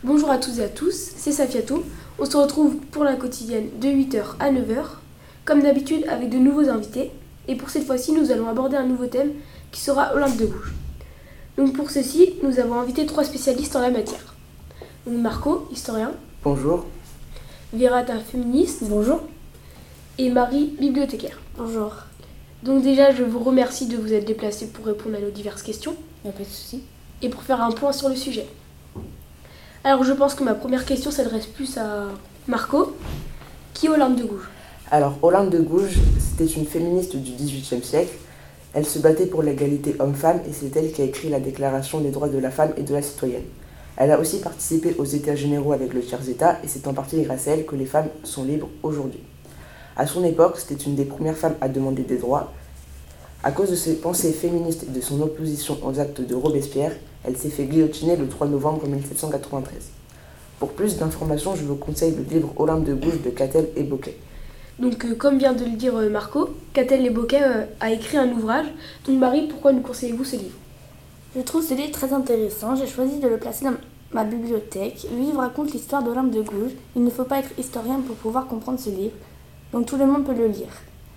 Bonjour à toutes et à tous, c'est Safiato. On se retrouve pour la quotidienne de 8h à 9h, comme d'habitude avec de nouveaux invités. Et pour cette fois-ci, nous allons aborder un nouveau thème qui sera Olympe de Gouges. Donc pour ceci, nous avons invité 3 spécialistes en la matière. Donc Marco, historien. Bonjour. Virata, féministe. Bonjour. Et Marie, bibliothécaire. Bonjour. Donc déjà, je vous remercie de vous être déplacés pour répondre à nos diverses questions. Il n'y a pas de souci. Et pour faire un point sur le sujet. Alors je pense que ma première question s'adresse plus à Marco. Qui est Olympe de Gouges ? Alors, Olympe de Gouges, c'était une féministe du XVIIIe siècle. Elle se battait pour l'égalité homme-femme et c'est elle qui a écrit la Déclaration des droits de la femme et de la citoyenne. Elle a aussi participé aux États généraux avec le tiers-État et c'est en partie grâce à elle que les femmes sont libres aujourd'hui. À son époque, c'était une des premières femmes à demander des droits. À cause de ses pensées féministes et de son opposition aux actes de Robespierre, elle s'est fait guillotiner le 3 novembre 1793. Pour plus d'informations, je vous conseille le livre Olympe de Gouges de Catel et Bocquet. Donc comme vient de le dire Marco, Catel et Bocquet a écrit un ouvrage. Donc Marie, pourquoi nous conseillez-vous ce livre ? Je trouve ce livre très intéressant. J'ai choisi de le placer dans ma bibliothèque. Le livre raconte l'histoire d'Olympe de Gouges. Il ne faut pas être historien pour pouvoir comprendre ce livre. Donc tout le monde peut le lire.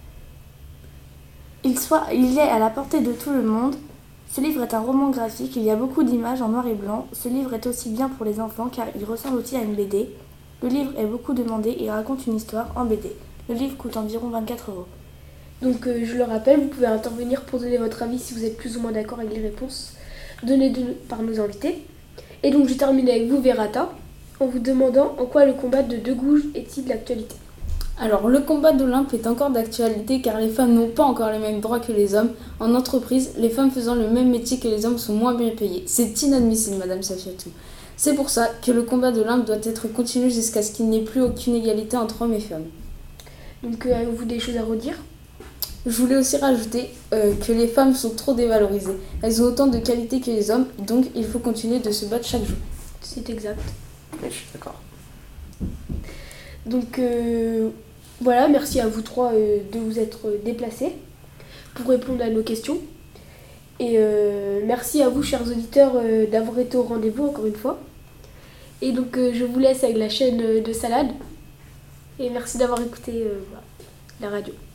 Il est à la portée de tout le monde. Ce livre est un roman graphique, il y a beaucoup d'images en noir et blanc. Ce livre est aussi bien pour les enfants car il ressemble aussi à une BD. Le livre est beaucoup demandé et il raconte une histoire en BD. Le livre coûte environ 24 €. Donc je le rappelle, vous pouvez intervenir pour donner votre avis si vous êtes plus ou moins d'accord avec les réponses données par nos invités. Et donc je termine avec vous Virata, en vous demandant en quoi le combat de Gouges est-il d'actualité. Alors, le combat d'Olympe est encore d'actualité car les femmes n'ont pas encore les mêmes droits que les hommes. En entreprise, les femmes faisant le même métier que les hommes sont moins bien payées. C'est inadmissible, Madame Safiatou. C'est pour ça que le combat d'Olympe doit être continué jusqu'à ce qu'il n'y ait plus aucune égalité entre hommes et femmes. Donc avez-vous des choses à redire ? Je voulais aussi rajouter que les femmes sont trop dévalorisées. Elles ont autant de qualités que les hommes, donc il faut continuer de se battre chaque jour. C'est exact. Oui, je suis d'accord. Donc voilà, merci à vous 3 de vous être déplacés pour répondre à nos questions. Et merci à vous, chers auditeurs, d'avoir été au rendez-vous encore une fois. Et donc je vous laisse avec la chaîne de Salade. Et merci d'avoir écouté la radio.